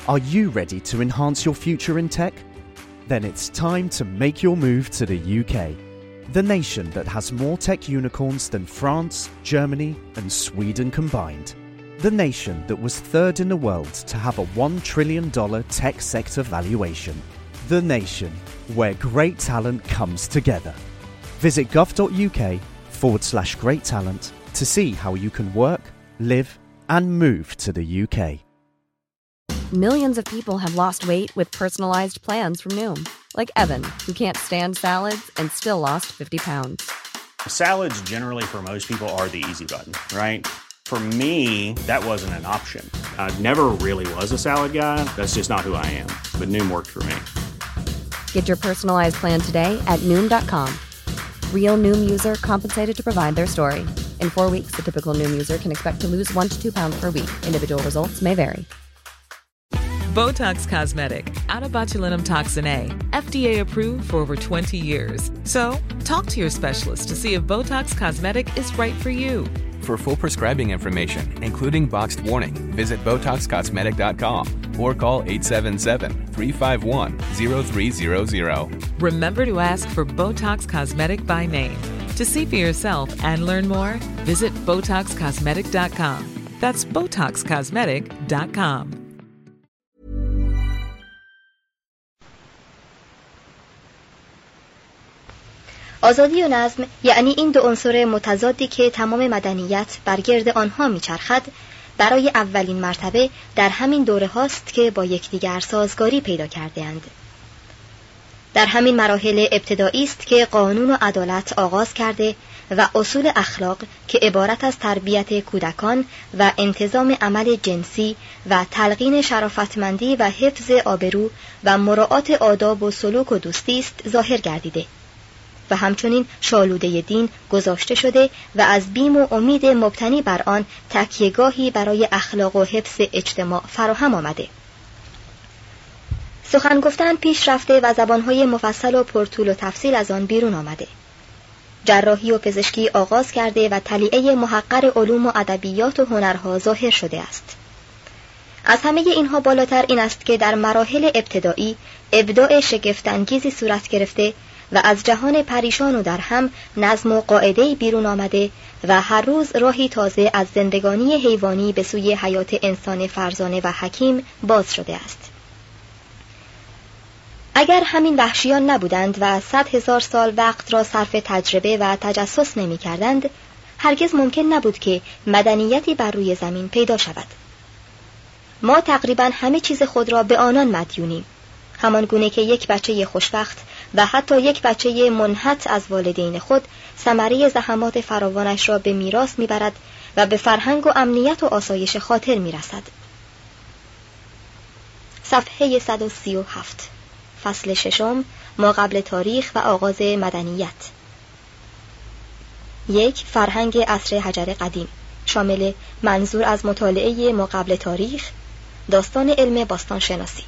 Are you ready to enhance your future in tech? Then it's time to make your move to the UK, the nation that has more tech unicorns than France, Germany, and Sweden combined. The nation that was third in the world to have a $1 trillion tech sector valuation. The nation where great talent comes together. Visit gov.uk/great talent to see how you can work, live, and move to the UK. Millions of people have lost weight with personalized plans from Noom. Like Evan, who can't stand salads and still lost 50 pounds. Salads generally for most people are the easy button, right? For me, that wasn't an option. I never really was a salad guy. That's just not who I am. But Noom worked for me. Get your personalized plan today at Noom.com. Real Noom user compensated to provide their story. In 4 weeks, the typical Noom user can expect to lose 1 to 2 pounds per week. Individual results may vary. Botox Cosmetic, out of botulinum toxin A, FDA approved for over 20 years. So, talk to your specialist to see if Botox Cosmetic is right for you. For full prescribing information, including boxed warning, visit BotoxCosmetic.com or call 877-351-0300. Remember to ask for Botox Cosmetic by name. To see for yourself and learn more, visit BotoxCosmetic.com. That's BotoxCosmetic.com. آزادی و نظم یعنی این دو عنصر متضادی که تمام مدنیت بر گرد آنها میچرخد، برای اولین مرتبه در همین دوره هاست که با یکدیگر سازگاری پیدا کرده اند. در همین مراحل ابتدایی است که قانون و عدالت آغاز کرده و اصول اخلاق که عبارت از تربیت کودکان و انتظام عمل جنسی و تلقین شرافتمندی و حفظ آبرو و مراعات آداب و سلوک و دوستی است ظاهر گردیده و همچنین شالوده دین گذاشته شده و از بیم و امید مبتنی بر آن تکیه‌گاهی برای اخلاق و حفظ اجتماع فراهم آمده. سخن گفتن پیش رفته و زبانهای مفصل و پرطول و تفصیل از آن بیرون آمده. جراحی و پزشکی آغاز کرده و طلیعه محقر علوم و ادبیات و هنرها ظاهر شده است. از همه اینها بالاتر این است که در مراحل ابتدایی ابداع شگفت‌انگیزی صورت گرفته و از جهان پریشان و در هم نظم و قاعده‌ای بیرون آمده و هر روز راهی تازه از زندگانی حیوانی به سوی حیات انسان فرزانه و حکیم باز شده است. اگر همین وحشیان نبودند و 100,000 سال وقت را صرف تجربه و تجسس نمی کردند، هرگز ممکن نبود که مدنیتی بر روی زمین پیدا شود. ما تقریباً همه چیز خود را به آنان مدیونیم، همان گونه که یک بچه خوشبخت و حتی یک بچه منحط از والدین خود ثمره زحمات فراوانش را به میراث میبرد و به فرهنگ و امنیت و آسایش خاطر میرسد. صفحه 137 فصل 6 ما قبل تاریخ و آغاز مدنیت. 1. فرهنگ عصر حجر قدیم، شامل منظور از مطالعه ما قبل تاریخ، داستان علم باستان شناسی.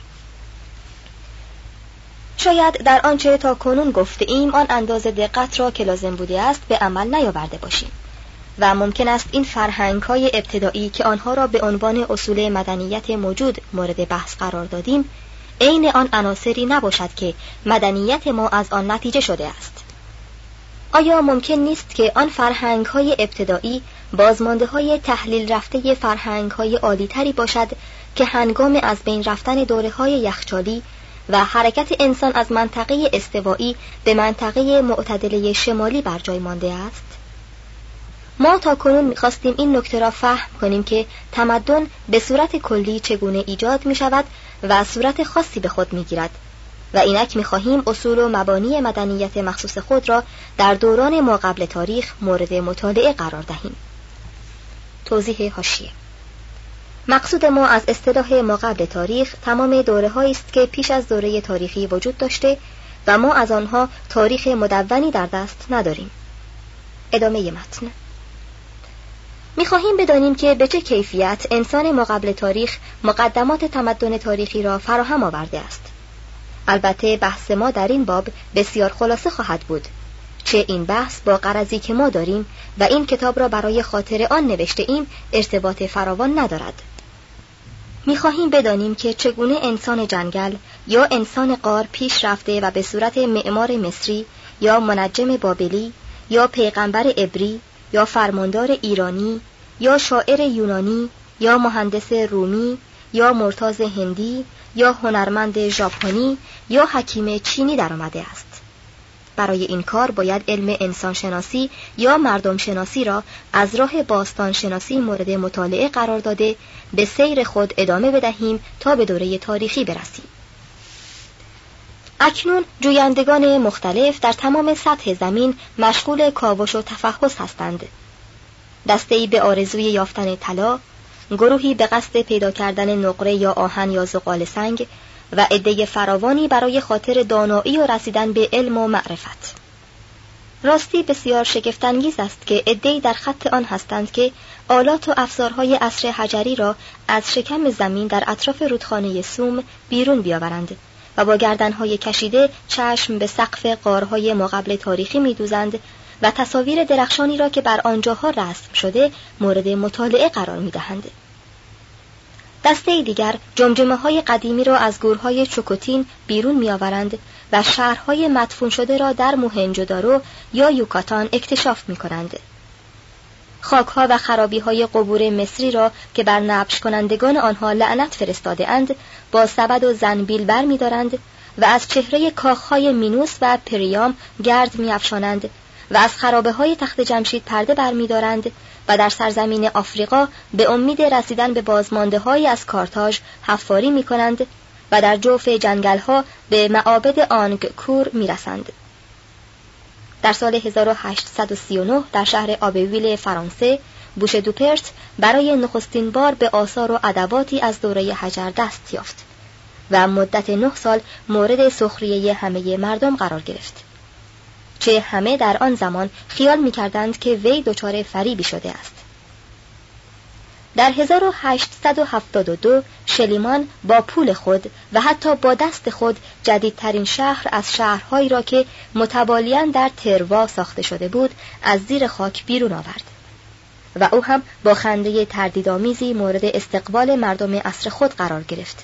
شاید در آنچه تا کنون گفته ایم آن اندازه دقت را که لازم بوده است به عمل نیاورده باشیم و ممکن است این فرهنگ‌های ابتدایی که آنها را به عنوان اصول مدنیت موجود مورد بحث قرار دادیم عین آن عناصری نباشد که مدنیت ما از آن نتیجه شده است. آیا ممکن نیست که آن فرهنگ‌های ابتدایی بازمانده‌های تحلیل رفته فرهنگ‌های عالی‌تری باشد که هنگام از بین رفتن دوره‌های یخچالی و حرکت انسان از منطقه استوایی به منطقه معتدله شمالی بر جای مانده است؟ ما تا کنون می‌خواستیم این نکته را فهم کنیم که تمدن به صورت کلی چگونه ایجاد می‌شود و صورت خاصی به خود می‌گیرد و اینک می‌خواهیم اصول و مبانی مدنیت مخصوص خود را در دوران ما قبل تاریخ مورد مطالعه قرار دهیم. توضیح حاشیه: مقصود ما از اصطلاح ما قبل تاریخ تمام دوره‌هایی است که پیش از دوره تاریخی وجود داشته و ما از آنها تاریخ مدونی در دست نداریم. ادامه متن. می‌خواهیم بدانیم که به چه کیفیت انسان ما قبل تاریخ مقدمات تمدن تاریخی را فراهم آورده است. البته بحث ما در این باب بسیار خلاصه خواهد بود، چه این بحث با غرضی که ما داریم و این کتاب را برای خاطر آن نوشته ایم ارتباط فراوان ندارد. می‌خواهیم بدانیم که چگونه انسان جنگل یا انسان غار پیش رفته و به صورت معمار مصری یا منجم بابلی یا پیغمبر عبری یا فرماندار ایرانی یا شاعر یونانی یا مهندس رومی یا مرتاض هندی یا هنرمند ژاپنی یا حکیم چینی درآمده است. برای این کار باید علم انسانشناسی یا مردم شناسی را از راه باستان شناسی مورد مطالعه قرار داده به سیر خود ادامه بدهیم تا به دوره تاریخی برسیم. اکنون جویندگان مختلف در تمام سطح زمین مشغول کاوش و تفحص هستند. دسته‌ای به آرزوی یافتن طلا، گروهی به قصد پیدا کردن نقره یا آهن یا زغال سنگ و عده فراوانی برای خاطر دانایی و رسیدن به علم و معرفت. راستی بسیار شگفت‌انگیز است که عده‌ای در خط آن هستند که آلات و افزارهای عصر حجری را از شکم زمین در اطراف رودخانه سوم بیرون بیاورند و با گردنهای کشیده چشم به سقف غارهای ماقبل تاریخی می‌دوزند و تصاویر درخشانی را که بر آنجاها رسم شده مورد مطالعه قرار می‌دهند. دسته دیگر جمجمه‌های قدیمی را از گورهای چوکوتین بیرون می‌آورند و شهرهای مدفون شده را در موهنجودارو یا یوکاتان اکتشاف می‌کنند. خاک‌ها و خرابی‌های قبور مصری را که بر نبش کنندگان آنها لعنت فرستاده اند با سبد و زنبیل بر می‌دارند و از چهره کاخ‌های مینوس و پریام گرد می‌افشانند و از خرابه‌های تخت جمشید پرده برمی‌دارند و در سرزمین آفریقا به امید رسیدن به بازمانده‌هایی از کارتاژ حفاری می‌کنند و در جوف جنگل‌ها به معابد آنگکور می‌رسند. در سال 1839 در شهر آبویل فرانسه بوش دوپرت برای نخستین بار به آثار و ادواتی از دوره حجر دست یافت و مدت 9 سال مورد سخریه همه مردم قرار گرفت. چه همه در آن زمان خیال می‌کردند که وی دچار فریبی شده است. در 1872 شلیمان با پول خود و حتی با دست خود جدیدترین شهر از شهرهایی را که متوالیاً در تروا ساخته شده بود از زیر خاک بیرون آورد و او هم با خنده تردیدآمیزی مورد استقبال مردم عصر خود قرار گرفت.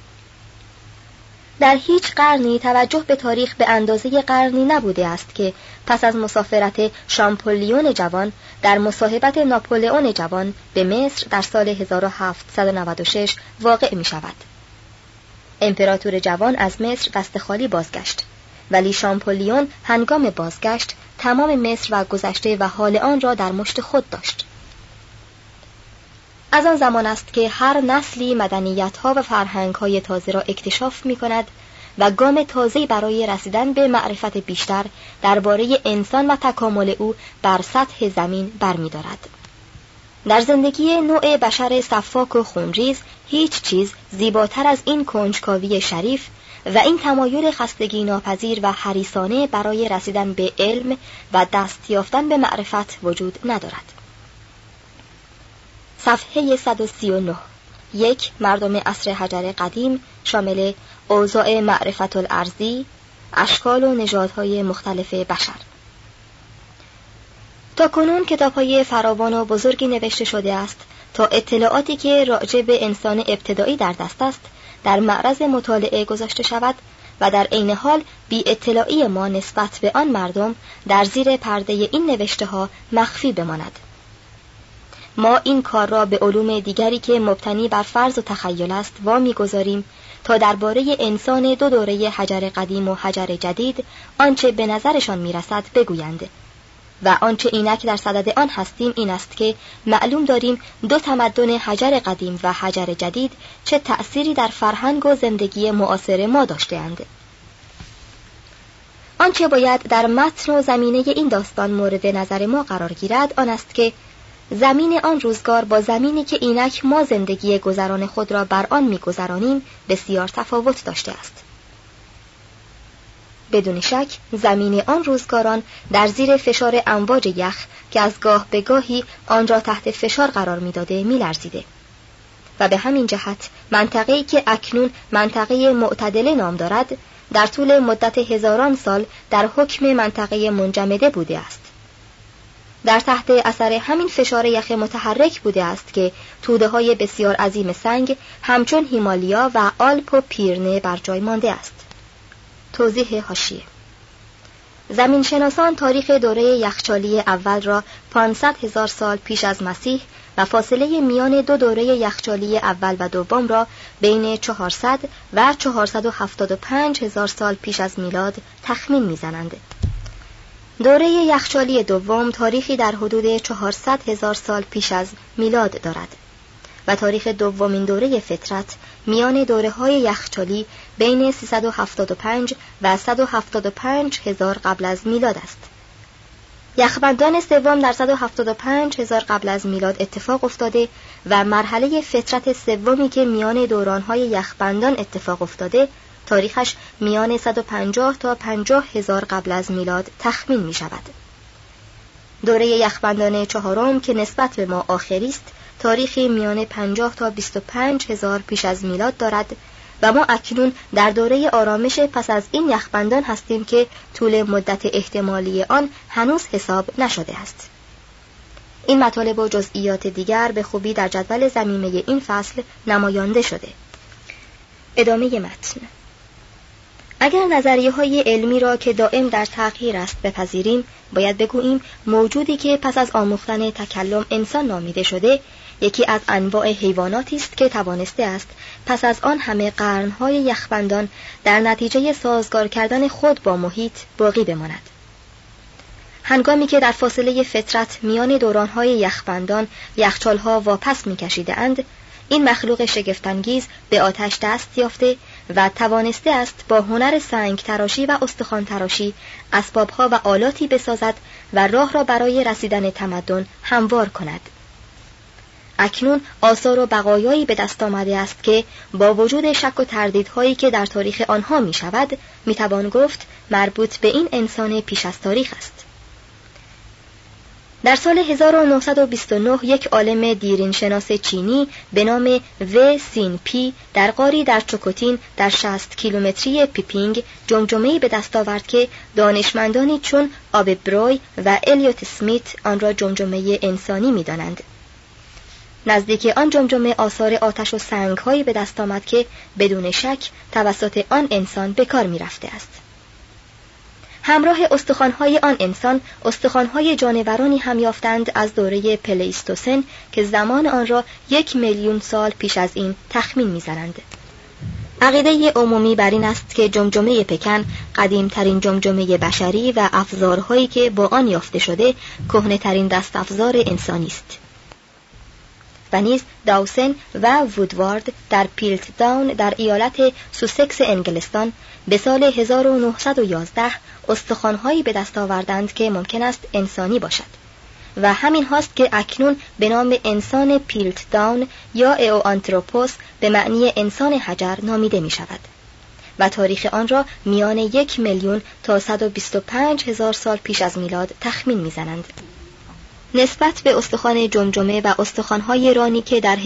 در هیچ قرنی توجه به تاریخ به اندازه قرنی نبوده است که پس از مسافرت شامپولیون جوان در مصاحبت ناپولئون جوان به مصر در سال 1796 واقع می شود. امپراتور جوان از مصر دست خالی بازگشت، ولی شامپولیون هنگام بازگشت تمام مصر و گذشته و حال آن را در مشت خود داشت. از آن زمان است که هر نسلی مدنیت‌ها و فرهنگ‌های تازه را اکتشاف می‌کند و گام تازه‌ای برای رسیدن به معرفت بیشتر درباره انسان و تکامل او بر سطح زمین برمی‌دارد. در زندگی نوع بشر صفاک و خونریز هیچ چیز زیباتر از این کنجکاوی شریف و این تمایل خستگی ناپذیر و حریصانه برای رسیدن به علم و دست یافتن به معرفت وجود ندارد. صفحه 139. 1. مردم عصر حجر قدیم شامل اوضاع معرفت الارضی، اشکال و نژادهای مختلف بشر. تا کنون کتاب‌های فراوان و بزرگی نوشته شده است تا اطلاعاتی که راجع به انسان ابتدایی در دست است در معرض مطالعه گذاشته شود و در عین حال بی اطلاعی ما نسبت به آن مردم در زیر پرده این نوشته‌ها مخفی بماند. ما این کار را به علوم دیگری که مبتنی بر فرض و تخیل است وامی‌گذاریم تا درباره انسان دو دوره حجر قدیم و حجر جدید آنچه به نظرشان میرسد بگویند و آنچه اینک در صدد آن هستیم این است که معلوم داریم دو تمدن حجر قدیم و حجر جدید چه تأثیری در فرهنگ و زندگی معاصر ما داشته‌اند. آنچه باید در متن و زمینه این داستان مورد نظر ما قرار گیرد آن است که زمین آن روزگار با زمینی که اینک ما زندگی گذران خود را بر آن می‌گذرانیم بسیار تفاوت داشته است. بدون شک زمین آن روزگاران در زیر فشار امواج یخ که از گاه به گاهی آن را تحت فشار قرار می‌داده می‌لرزیده و به همین جهت منطقه‌ای که اکنون منطقه معتدله نام دارد در طول مدت هزاران سال در حکم منطقه منجمده بوده است. در تحت اثر همین فشار یخ متحرک بوده است که توده‌های بسیار عظیم سنگ همچون هیمالیا و آلپ و پیرنه بر جای مانده است. توضیح حاشیه: زمینشناسان تاریخ دوره یخچالی اول را 500,000 سال پیش از مسیح و فاصله میان دو دوره یخچالی اول و دوم را بین 400 و 475,000 سال پیش از میلاد تخمین می‌زنند. دوره یخچالی دوم تاریخی در حدود 400,000 سال پیش از میلاد دارد و تاریخ دومین دوره فترت میان دوره‌های یخچالی بین 375 و 175,000 قبل از میلاد است. یخبندان سوم در 175,000 قبل از میلاد اتفاق افتاده و مرحله فترت سومی که میان دوران‌های یخبندان اتفاق افتاده تاریخش میان 150 تا 50,000 قبل از میلاد تخمین می شود. دوره یخبندان چهارم که نسبت به ما آخری است تاریخی میان 50 تا 25,000 پیش از میلاد دارد و ما اکنون در دوره آرامش پس از این یخبندان هستیم که طول مدت احتمالی آن هنوز حساب نشده است. این مطالب و جزئیات دیگر به خوبی در جدول ضمیمه این فصل نمایانده شده. ادامه متن. اگر نظریه‌های علمی را که دائم در تغییر است بپذیریم، باید بگوییم موجودی که پس از آموختن تکلم انسان نامیده شده، یکی از انواع حیواناتی است که توانسته است پس از آن همه قرن‌های یخبندان در نتیجه سازگار کردن خود با محیط باقی بماند. هنگامی که در فاصله فترت میان دوران‌های یخبندان یخچال‌ها واپس می‌کشیده‌اند، این مخلوق شگفت‌انگیز به آتش دست یافته و توانسته است با هنر سنگ تراشی و استخوان تراشی اسباب‌ها و آلاتی بسازد و راه را برای رسیدن تمدن هموار کند. اکنون آثار و بقایایی به دست آمده است که با وجود شک و تردیدهایی که در تاریخ آنها می شود می توان گفت مربوط به این انسان پیش از تاریخ است. در سال 1929 یک عالم دیرین شناس چینی به نام و سین پی در غاری در چوکوتین در 60 کیلومتری پیپینگ جمجمه‌ای به دست آورد که دانشمندانی چون آب بروی و الیوت اسمیت آن را جمجمه انسانی می دانند. نزدیک آن جمجمه آثار آتش و سنگ‌هایی به دست آمد که بدون شک توسط آن انسان به کار می‌رفته است. همراه استخوان‌های آن انسان، استخوان‌های جانورانی هم یافتند از دوره پلیستوسن که زمان آن را 1,000,000 سال پیش از این تخمین می‌زنند. عقیده عمومی بر این است که جمجمه پکن قدیم‌ترین جمجمه بشری و افزارهایی که با آن یافته شده کهنه‌ترین دست افزار انسانی است. و نیز داوسن و وودوارد در پیلت داون در ایالت سوسکس انگلستان به سال 1911 استخوان‌هایی به دست آوردند که ممکن است انسانی باشد و همین هاست که اکنون به نام انسان پیلت داون یا ایوآنتروپوس به معنی انسان حجر نامیده می شود و تاریخ آن را میان 1,000,000 تا 125,000 سال پیش از میلاد تخمین می زنند. نسبت به استخوان جمجمه و استخوان‌های رانی که در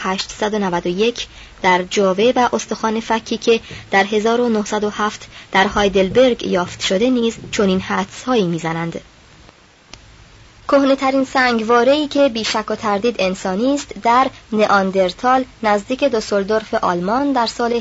1891 در جاوه و استخوان فکی که در 1907 در هایدلبرگ یافت شده نیز چنین حدس‌هایی می‌زنند. کهنه‌ترین سنگواره‌ای که بیشک و تردید انسانی است در نئاندرتال نزدیک دوسلدورف آلمان در سال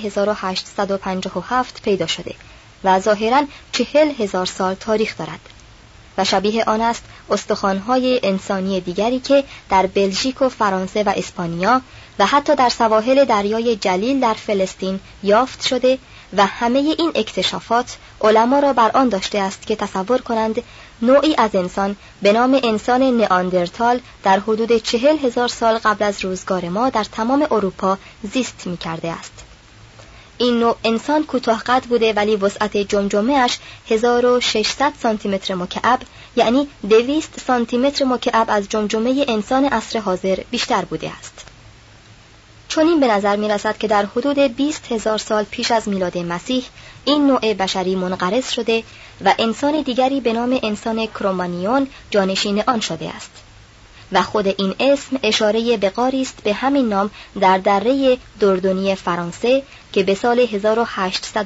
1857 پیدا شده و ظاهراً 40,000 سال تاریخ دارد. و شبیه آن است استخوان‌های انسانی دیگری که در بلژیک و فرانسه و اسپانیا و حتی در سواحل دریای جلیل در فلسطین یافت شده و همه این اکتشافات علما را بر آن داشته است که تصور کنند نوعی از انسان به نام انسان نئاندرتال در حدود 40,000 سال قبل از روزگار ما در تمام اروپا زیست می‌کرده است. این نوع انسان کوتاه قد بوده ولی وسعت جمجمه‌اش 1600 سانتی متر مکعب یعنی 200 سانتی متر مکعب از جمجمه انسان عصر حاضر بیشتر بوده است. چون این به نظر می رسد که در حدود 20,000 سال پیش از میلاد مسیح این نوع بشری منقرض شده و انسان دیگری به نام انسان کرومانیون جانشین آن شده است و خود این اسم اشاره به غاری است به همین نام در دره دردونی فرانسه که به سال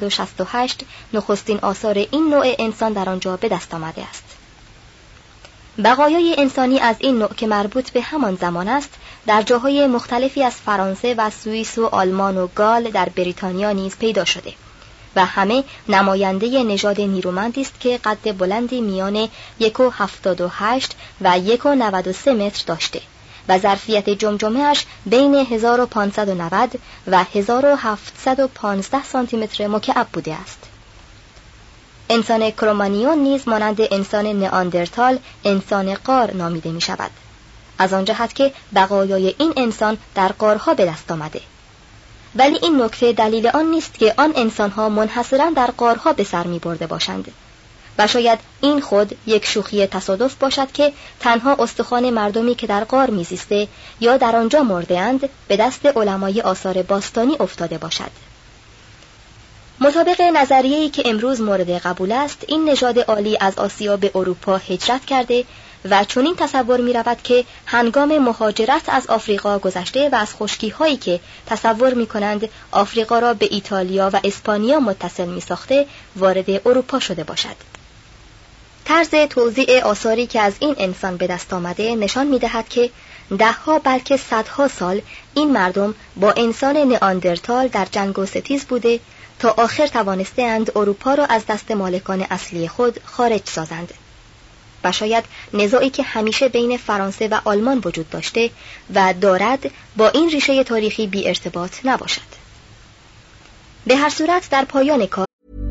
1868 نخستین آثار این نوع انسان در آنجا به دست آمده است. بقایای انسانی از این نوع که مربوط به همان زمان است در جاهای مختلفی از فرانسه و سوئیس و آلمان و گال در بریتانیا نیز پیدا شده و همه نماینده نژاد نیرومندی است که قد بلندی میان 1.78 و 1.93 متر داشته و ظرفیت جمجمه‌اش بین 1590 و 1715 سانتی متر مکعب بوده است. انسان کرومانیون نیز مانند انسان نئاندرتال انسان غار نامیده می شود، از آن جهت که بقایای این انسان در غارها به دست آمده. ولی این نکته دلیل آن نیست که آن انسانها منحصراً در غارها به سر می برده باشند و شاید این خود یک شوخی تصادف باشد که تنها استخوان مردمی که در غار میزیسته یا در آنجا مرده اند به دست علمای آثار باستانی افتاده باشد. مطابق نظریه‌ای که امروز مورد قبول است، این نژاد عالی از آسیا به اروپا هجرت کرده و چنین تصور می رود که هنگام مهاجرت از آفریقا گذشته و از خشکی‌هایی که تصور می کنند آفریقا را به ایتالیا و اسپانیا متصل می ساخته وارد اروپا شده باشد. طرز توزیع آثاری که از این انسان به دست آمده نشان می دهد که دهها بلکه صدها سال این مردم با انسان نئاندرتال در جنگ و ستیز بوده تا آخر توانسته‌اند اروپا را از دست مالکان اصلی خود خارج سازند و شاید نزاعی که همیشه بین فرانسه و آلمان وجود داشته و دارد با این ریشه تاریخی بی ارتباط نباشد. به هر صورت در پایان کار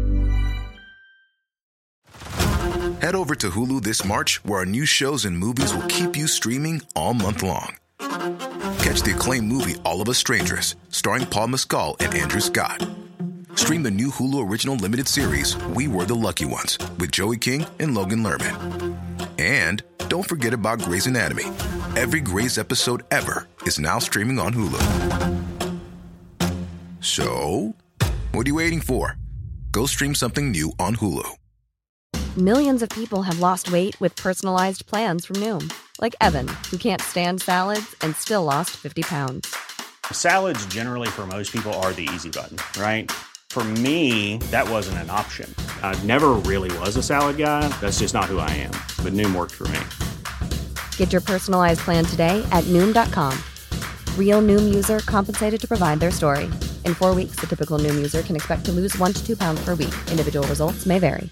Head over to Hulu this March, where our new shows and movies will keep you streaming all month long. Catch the acclaimed movie All of Us Strangers, starring Paul Mescal and Andrew Scott. Stream the new Hulu original limited series We Were the Lucky Ones with Joey King and Logan Lerman. And don't forget about Grey's Anatomy. Every Grey's episode ever is now streaming on Hulu. So, what are you waiting for? Go stream something new on Hulu. Millions of people have lost weight with personalized plans from Noom, like Evan, who can't stand salads and still lost 50 pounds. Salads generally for most people are the easy button, right? For me, that wasn't an option. I never really was a salad guy. That's just not who I am. But Noom worked for me. Get your personalized plan today at Noom.com. Real Noom user compensated to provide their story. In 4 weeks, the typical Noom user can expect to lose 1 to 2 pounds per week. Individual results may vary.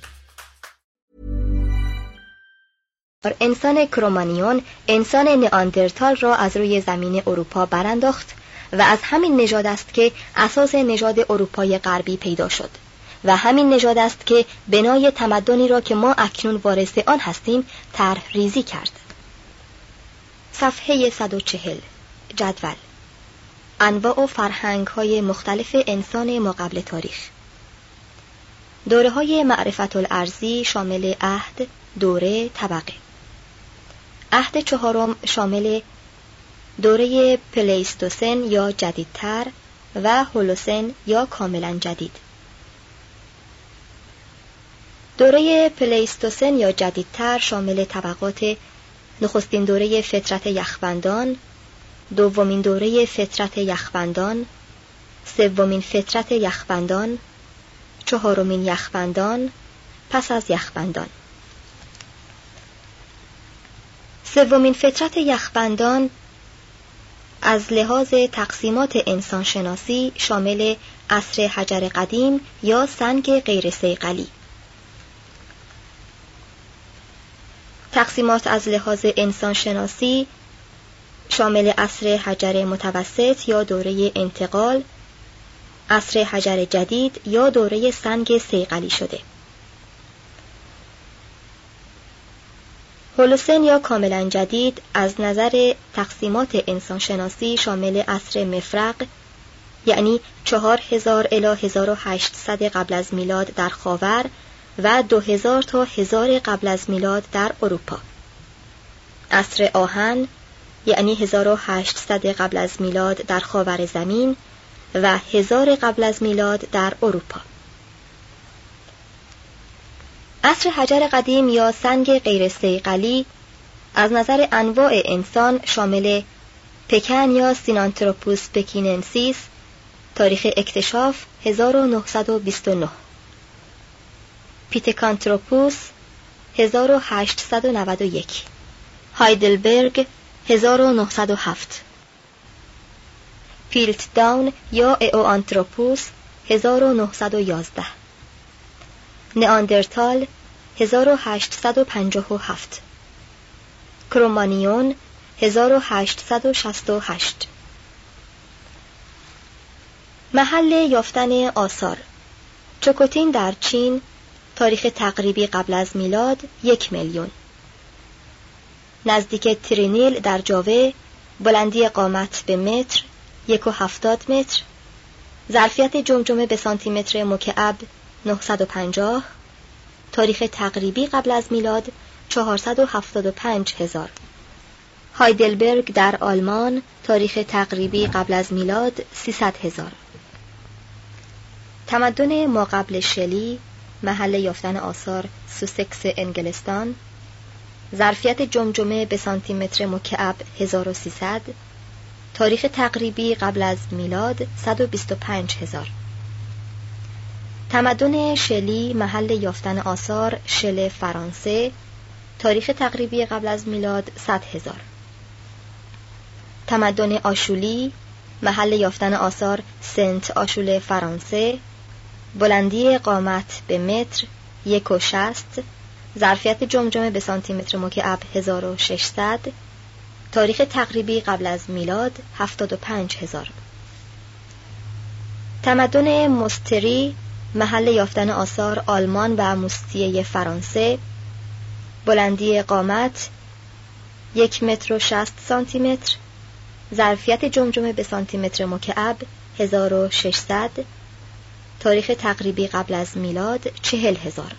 انسان کرومانیون انسان نئاندرتال را از روی زمین اروپا برانداخت و از همین نژاد است که اساس نژاد اروپای غربی پیدا شد و همین نژاد است که بنای تمدنی را که ما اکنون وارث آن هستیم طرح ریزی کرد. صفحه 140 جدول انواع و فرهنگ‌های مختلف انسان ما قبل تاریخ. دوره‌های معرفت الارضی شامل عهد، دوره، طبقه. عهد چهارم شامل دوره پلیستوسن یا جدیدتر و هولوسن یا کاملا جدید. دوره پلیستوسن یا جدیدتر شامل طبقات نخستین دوره فترت یخبندان، دومین دوره فترت یخبندان، سومین فترت یخبندان، چهارمین یخبندان، پس از یخبندان. سومین فترت یخبندان از لحاظ تقسیمات انسانشناسی شامل عصر حجر قدیم یا سنگ غیر صیقلی. تقسیمات از لحاظ انسانشناسی شامل عصر حجر متوسط یا دوره انتقال، عصر حجر جدید یا دوره سنگ صیقلی شده. هولوسن یا کاملا جدید از نظر تقسیمات انسانشناسی شامل عصر مفرق، یعنی 4000 الی 1800 قبل از میلاد در خاور و 2000 تا 1000 قبل از میلاد در اروپا. عصر آهن، یعنی 1800 قبل از میلاد در خاور زمین و 1000 قبل از میلاد در اروپا. عصر حجر قدیم یا سنگ غیر صیقلی از نظر انواع انسان شامل پکن یا سینانتروپوس پکیننسیس، تاریخ اکتشاف 1929، پیتکانتروپوس 1891، هایدلبرگ 1907 پیلتداون یا ایوآنتروپوس 1911 نئاندرتال 1857 کرومانیون 1868 محل یافتن آثار چوکوتین در چین تاریخ تقریبی قبل از میلاد 1,000,000 نزدیک ترینیل در جاوه بلندی قامت به متر 1.70 متر ظرفیت جمجمه به سانتی متر مکعب 950 تاریخ تقریبی قبل از میلاد 475,000 هایدلبرگ در آلمان تاریخ تقریبی قبل از میلاد 300,000 تمدن ماقبل شلی محل یافتن آثار سوسکس انگلستان ظرفیت جمجمه به سانتی متر مکعب 1300 تاریخ تقریبی قبل از میلاد 125,000 تمدن شلی محل یافتن آثار شل فرانسه تاریخ تقریبی قبل از میلاد 100,000 تمدن آشولی محل یافتن آثار سنت آشول فرانسه بلندی قامت به متر 1.60 ظرفیت جمجمه به سانتی متر مکعب 1600 تاریخ تقریبی قبل از میلاد 75,000 تمدن مستری محل یافتن آثار آلمان و موستیه فرانسه بلندی قامت 1.60 سانتی متر ظرفیت جمجمه به سانتی متر مکعب 1600 تاریخ تقریبی قبل از میلاد 40,000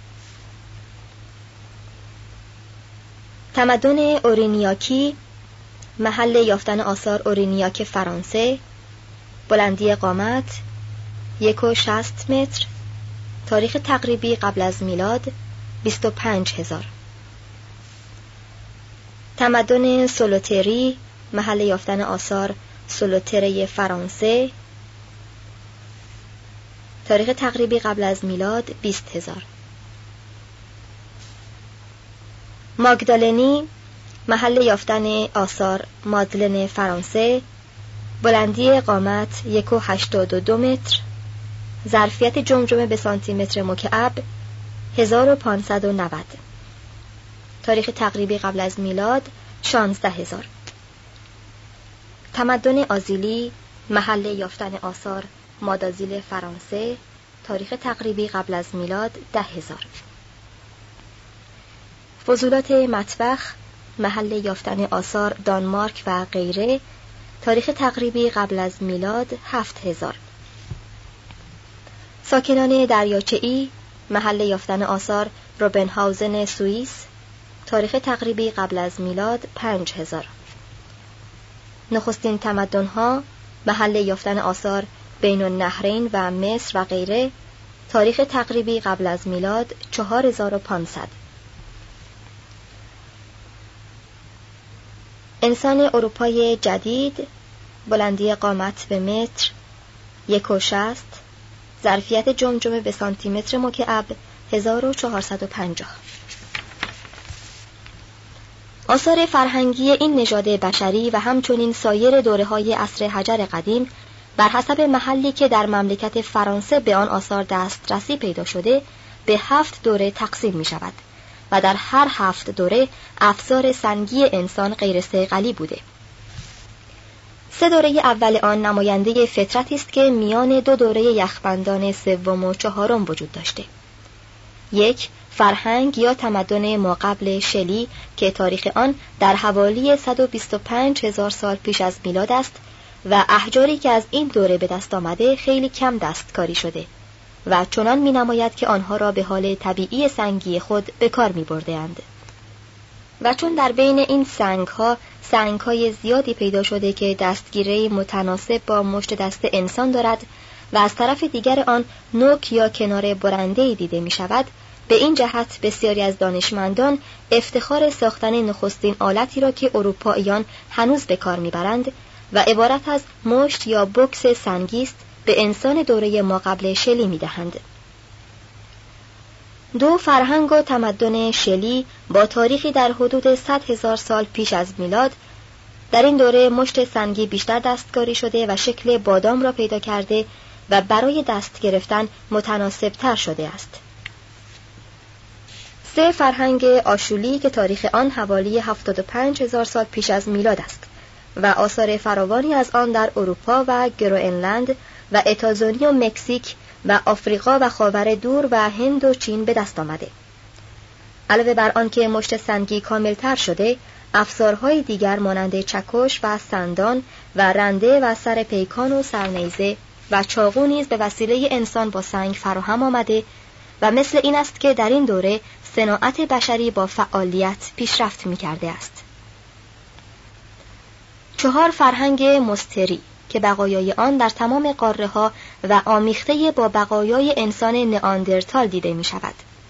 تمدن اورینیاکی محل یافتن آثار اورینیاک فرانسه بلندی قامت 1.60 متر تاریخ تقریبی قبل از میلاد 25,000 تمدن سولوتری محل یافتن آثار سولوتره فرانسه تاریخ تقریبی قبل از میلاد 20,000 ماگدالنی محل یافتن آثار مادلن فرانسه بلندی قامت 1.82 متر ظرفیت جمجمه به سانتی متر مکعب 1590 تاریخ تقریبی قبل از میلاد 16,000 تمدن آزیلی محل یافتن آثار مادازیل فرانسه تاریخ تقریبی قبل از میلاد 10,000 فضولات مطبخ محل یافتن آثار دانمارک و غیره تاریخ تقریبی قبل از میلاد 7,000 ساکنان دریاچه‌ای محل یافتن آثار روبنهاوزن سوئیس تاریخ تقریبی قبل از میلاد 5,000 نخستین تمدن‌ها محل یافتن آثار بین النهرین و مصر و غیره تاریخ تقریبی قبل از میلاد 4500 انسان اروپای جدید بلندی قامت به متر 1.60 ظرفیت جمجمه به سانتی متر مکعب 1450 آثار فرهنگی این نژاد بشری و همچنین سایر دوره‌های عصر حجر قدیم بر حسب محلی که در مملکت فرانسه به آن آثار دسترسی پیدا شده به 7 دوره تقسیم می شود و در هر 7 دوره افزار سنگی انسان غیر صیقلی بوده. 3 دوره اول آن نماینده فطرتی است که میان 2 دوره یخبندان سوم و چهارم وجود داشته. 1 فرهنگ یا تمدن ماقبل شلی که تاریخ آن در حوالی 125,000 سال پیش از میلاد است و احجاری که از این دوره به دست آمده خیلی کم دستکاری شده و چنان می نماید که آنها را به حال طبیعی سنگی خود به کار می برده‌اند. و چون در بین این سنگ‌های زیادی پیدا شده که دستگیری متناسب با مشت دست انسان دارد و از طرف دیگر آن نوک یا کنار برنده‌ای دیده می شود، به این جهت بسیاری از دانشمندان افتخار ساختن نخستین آلتی را که اروپاییان هنوز به کار می‌برند و عبارت از مشت یا بوکس سنگی است به انسان دوره ماقبل شلی می‌دهند. 2 فرهنگ و تمدن شلی با تاریخی در حدود 100,000 سال پیش از میلاد در این دوره مشت سنگی بیشتر دستکاری شده و شکل بادام را پیدا کرده و برای دست گرفتن متناسب تر شده است. 3 فرهنگ آشولی که تاریخ آن حوالی 75,000 سال پیش از میلاد است و آثار فراوانی از آن در اروپا و گرونلند و اتازونی و مکزیک و آفریقا و خاور دور و هند و چین به دست آمده. علاوه بر آن که مشت سنگی کاملتر شده، افزارهای دیگر مانند چکش و سندان و رنده و سر پیکان و سرنیزه و چاقو نیز به وسیله انسان با سنگ فراهم آمده و مثل این است که در این دوره صناعت بشری با فعالیت پیشرفت می‌کرده است. 4 فرهنگ مستری که بقایای آن در تمام قاره‌ها و آمیخته با بقایای انسان نئاندرتال دیده می‌شود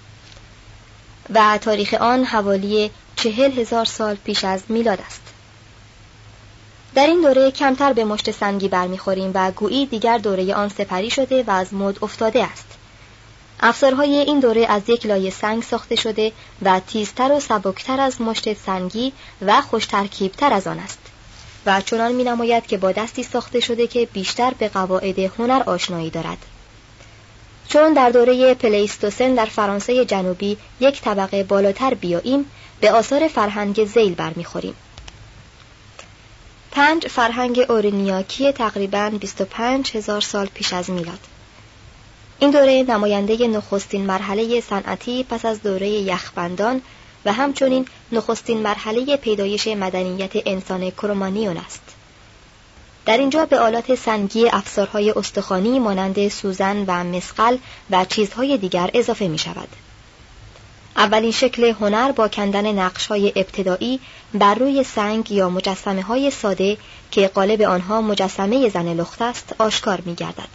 و تاریخ آن حوالی 40,000 سال پیش از میلاد است. در این دوره کمتر به مشت سنگی برمیخوریم و گویی دیگر دوره آن سپری شده و از مد افتاده است. افسارهای این دوره از یک لایه سنگ ساخته شده و تیزتر و سبکتر از مشت سنگی و خوش ترکیبتر از آن است و چنان می نماید که با دستی ساخته شده که بیشتر به قواعد هنر آشنایی دارد. چون در دوره پلیستوسن در فرانسه جنوبی یک طبقه بالاتر بیاییم، به آثار فرهنگ ذیل برمیخوریم. 5 فرهنگ اورینیاکی تقریباً 25,000 سال پیش از میلاد. این دوره نماینده نخستین مرحله صنعتی پس از دوره یخبندان و همچنین نخستین مرحله پیدایش مدنیت انسان کرومانیون است. در اینجا به آلات سنگی افسارهای استخوانی مانند سوزن و مسقل و چیزهای دیگر اضافه می شود. اولین شکل هنر با کندن نقش‌های ابتدایی بر روی سنگ یا مجسمه‌های ساده که قالب آنها مجسمه زن لخت است آشکار می‌گردد.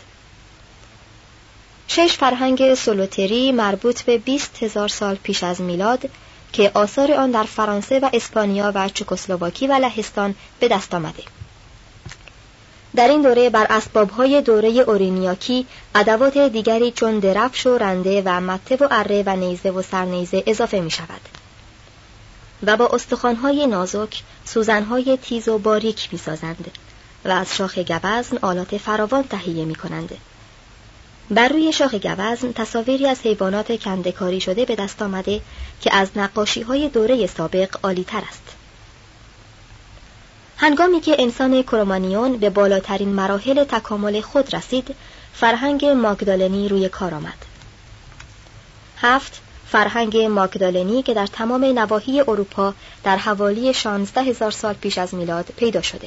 6 فرهنگ سولوتری مربوط به 20,000 سال پیش از میلاد که آثار آن در فرانسه و اسپانیا و چکسلواکی و لهستان به دست آمده. در این دوره بر اسباب‌های دوره اورینیاکی ادوات دیگری چون درفش و رنده و مته و اره و نیزه و سرنیزه اضافه می شود و با استخوان‌های نازک سوزن‌های تیز و باریک می سازند و از شاخ گوزن آلات فراوان تهیه می کنند. بر روی شاخ گوزن تصاویری از حیوانات کنده‌کاری شده به دست آمده که از نقاشی‌های دوره سابق عالی‌تر است. هنگامی که انسان کرومانیون به بالاترین مراحل تکامل خود رسید، فرهنگ ماگدالنی روی کار آمد. 7 فرهنگ ماگدالنی که در تمام نواحی اروپا در حوالی 16,000 سال پیش از میلاد پیدا شده.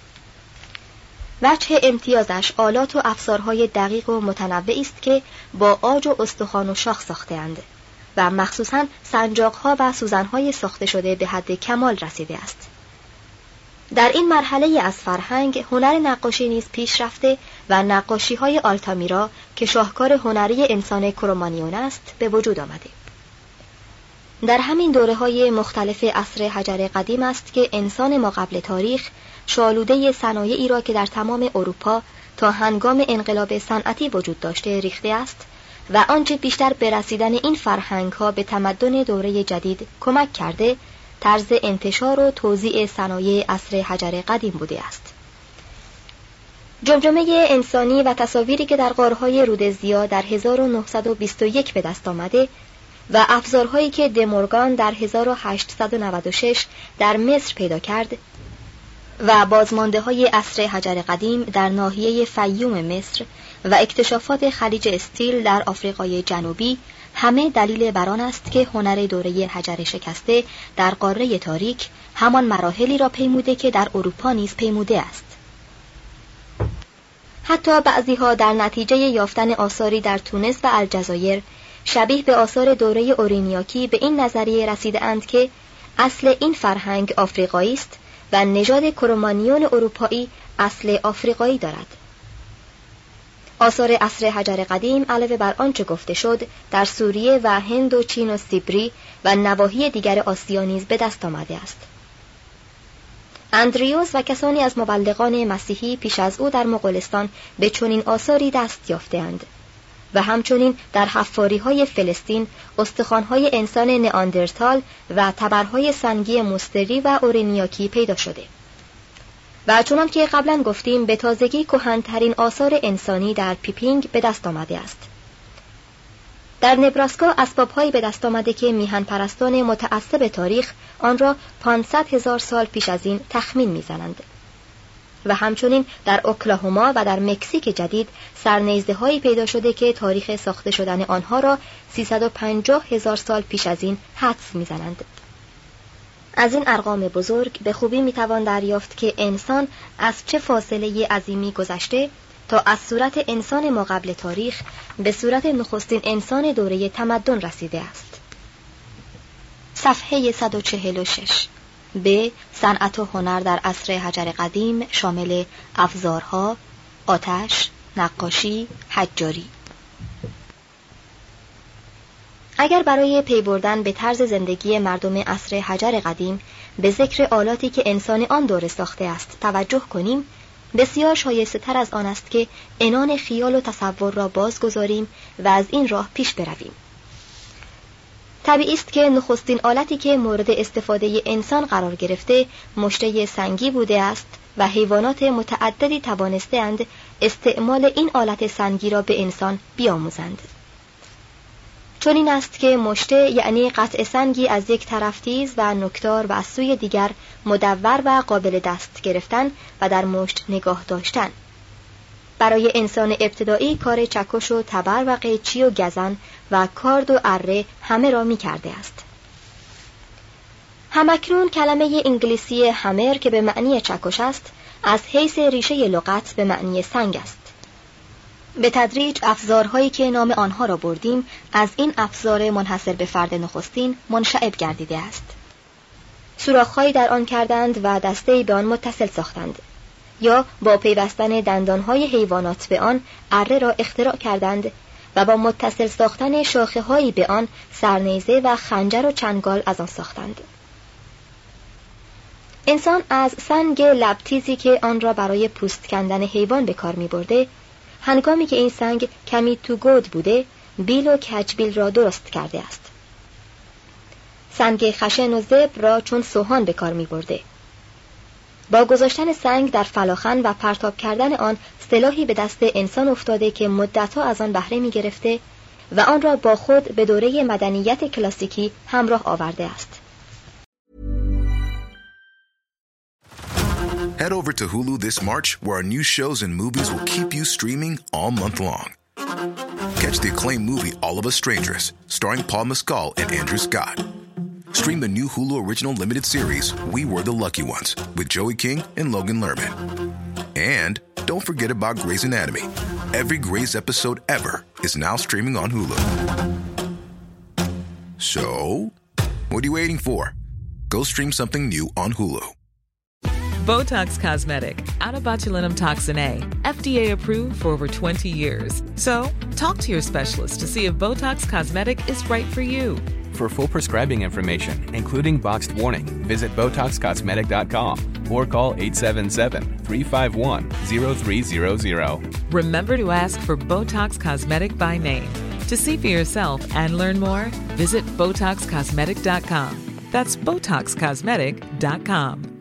وجه امتیازش آلات و افزارهای دقیق و متنوعی است که با عاج و استخوان و شاخ ساخته‌اند و مخصوصاً سنجاق‌ها و سوزن‌های ساخته شده به حد کمال رسیده است. در این مرحله از فرهنگ هنر نقاشی نیز پیش رفته و نقاشی‌های آلتامیرا که شاهکار هنری انسان کرومانیون است به وجود آمده. در همین دوره‌های مختلف عصر حجر قدیم است که انسان ما قبل تاریخ شالوده صنایعی را که در تمام اروپا تا هنگام انقلاب صنعتی وجود داشته ریخته است و آنچه بیشتر به رسیدن این فرهنگ‌ها به تمدن دوره جدید کمک کرده، طرز انتشار و توزیع صنایع عصر حجر قدیم بوده است. جمجمه انسانی و تصاویری که در غارهای رودزیا در 1921 به دست آمده و افزارهایی که دمورگان در 1896 در مصر پیدا کرد و بازمانده‌های عصر حجر قدیم در ناحیه فیوم مصر و اکتشافات خلیج استیل در آفریقای جنوبی همه دلیل بر آن است که هنر دوره حجر شکسته در قاره تاریک همان مراحلی را پیموده که در اروپا نیز پیموده است. حتی بعضی‌ها در نتیجه یافتن آثاری در تونس و الجزایر شبیه به آثار دوره اورینیاکی به این نظریه رسیده‌اند که اصل این فرهنگ آفریقایی است و نژاد کرومانیون اروپایی اصل آفریقایی دارد. آثار عصر حجر قدیم علاوه بر آنچه گفته شد در سوریه و هند و چین و سیبری و نواحی دیگر آسیا نیز به دست آمده است. اندریوس و کسانی از مبلغان مسیحی پیش از او در مغولستان به چنین آثاری دست یافته‌اند و همچنین در حفاری‌های فلسطین استخوان‌های انسان نئاندرتال و تبرهای سنگی مستری و اورینیاکی پیدا شده. و چنان که قبلا گفتیم به تازگی کهن‌ترین آثار انسانی در پیپینگ به دست آمده است. در نبراسکا اسباب‌هایی به دست آمده که میهن پرستان متعصب تاریخ آن را 500,000 سال پیش از این تخمین می‌زنند. و همچنین در اوکلاهوما و در مکزیک جدید سرنیزده‌هایی پیدا شده که تاریخ ساخته شدن آنها را 350,000 سال پیش از این حدس می‌زنند. از این ارقام بزرگ به خوبی میتوان دریافت که انسان از چه فاصله عظیمی گذشته تا از صورت انسان ما قبل تاریخ به صورت نخستین انسان دوره تمدن رسیده است. صفحه 146. ب. صنعت و هنر در عصر حجر قدیم شامل افزارها، آتش، نقاشی، حجاری. اگر برای پی بردن به طرز زندگی مردم عصر حجر قدیم به ذکر آلاتی که انسان آن دوره ساخته است توجه کنیم، بسیار شایسته تر از آن است که عنان خیال و تصور را بازگذاریم و از این راه پیش برویم. طبیعی است که نخستین آلتی که مورد استفاده انسان قرار گرفته مشته سنگی بوده است و حیوانات متعددی توانسته‌اند استعمال این آلت سنگی را به انسان بیاموزند. چون این است که مشته یعنی قطع سنگی از یک طرف تیز و نوکدار و از سوی دیگر مدور و قابل دست گرفتن و در مشت نگاه داشتن. برای انسان ابتدایی کار چکش و تبر و قیچی و گزن و کارد و اره همه را می کرده است. همکنون کلمه انگلیسی همر که به معنی چکش است از حیث ریشه لغت به معنی سنگ است. به تدریج افزارهایی که نام آنها را بردیم از این افزار منحصر به فرد نخستین منشعب گردیده است. سوراخ‌هایی در آن کردند و دسته‌ای به آن متصل ساختند، یا با پیوستن دندانهای حیوانات به آن اره را اختراع کردند و با متصل ساختن شاخه‌هایی به آن سرنیزه و خنجر و چنگال از آن ساختند. انسان از سنگ لبتیزی که آن را برای پوست کندن حیوان به کار می برده، هنگامی که این سنگ کمی تو گود بوده بیل و کجبیل را درست کرده است. سنگ خشن و زبر را چون سوهان به کار می برده. با گذاشتن سنگ در فلاخن و پرتاب کردن آن سلاحی به دست انسان افتاده که مدتها از آن بهره می گرفته و آن را با خود به دوره مدنیت کلاسیکی همراه آورده است. Head over to Hulu this March, where our new shows and movies will keep you streaming all month long. Catch the acclaimed movie All of Us Strangers, starring Paul Mescal and Andrew Scott. Stream the new Hulu original limited series We Were the Lucky Ones with Joey King and Logan Lerman. And don't forget about Grey's Anatomy. Every Grey's episode ever is now streaming on Hulu. So, what are you waiting for? Go stream something new on Hulu. Botox Cosmetic, out of botulinum toxin A, FDA approved for over 20 years. So, talk to your specialist to see if Botox Cosmetic is right for you. For full prescribing information, including boxed warning, visit BotoxCosmetic.com or call 877-351-0300. Remember to ask for Botox Cosmetic by name. To see for yourself and learn more, visit BotoxCosmetic.com. That's BotoxCosmetic.com.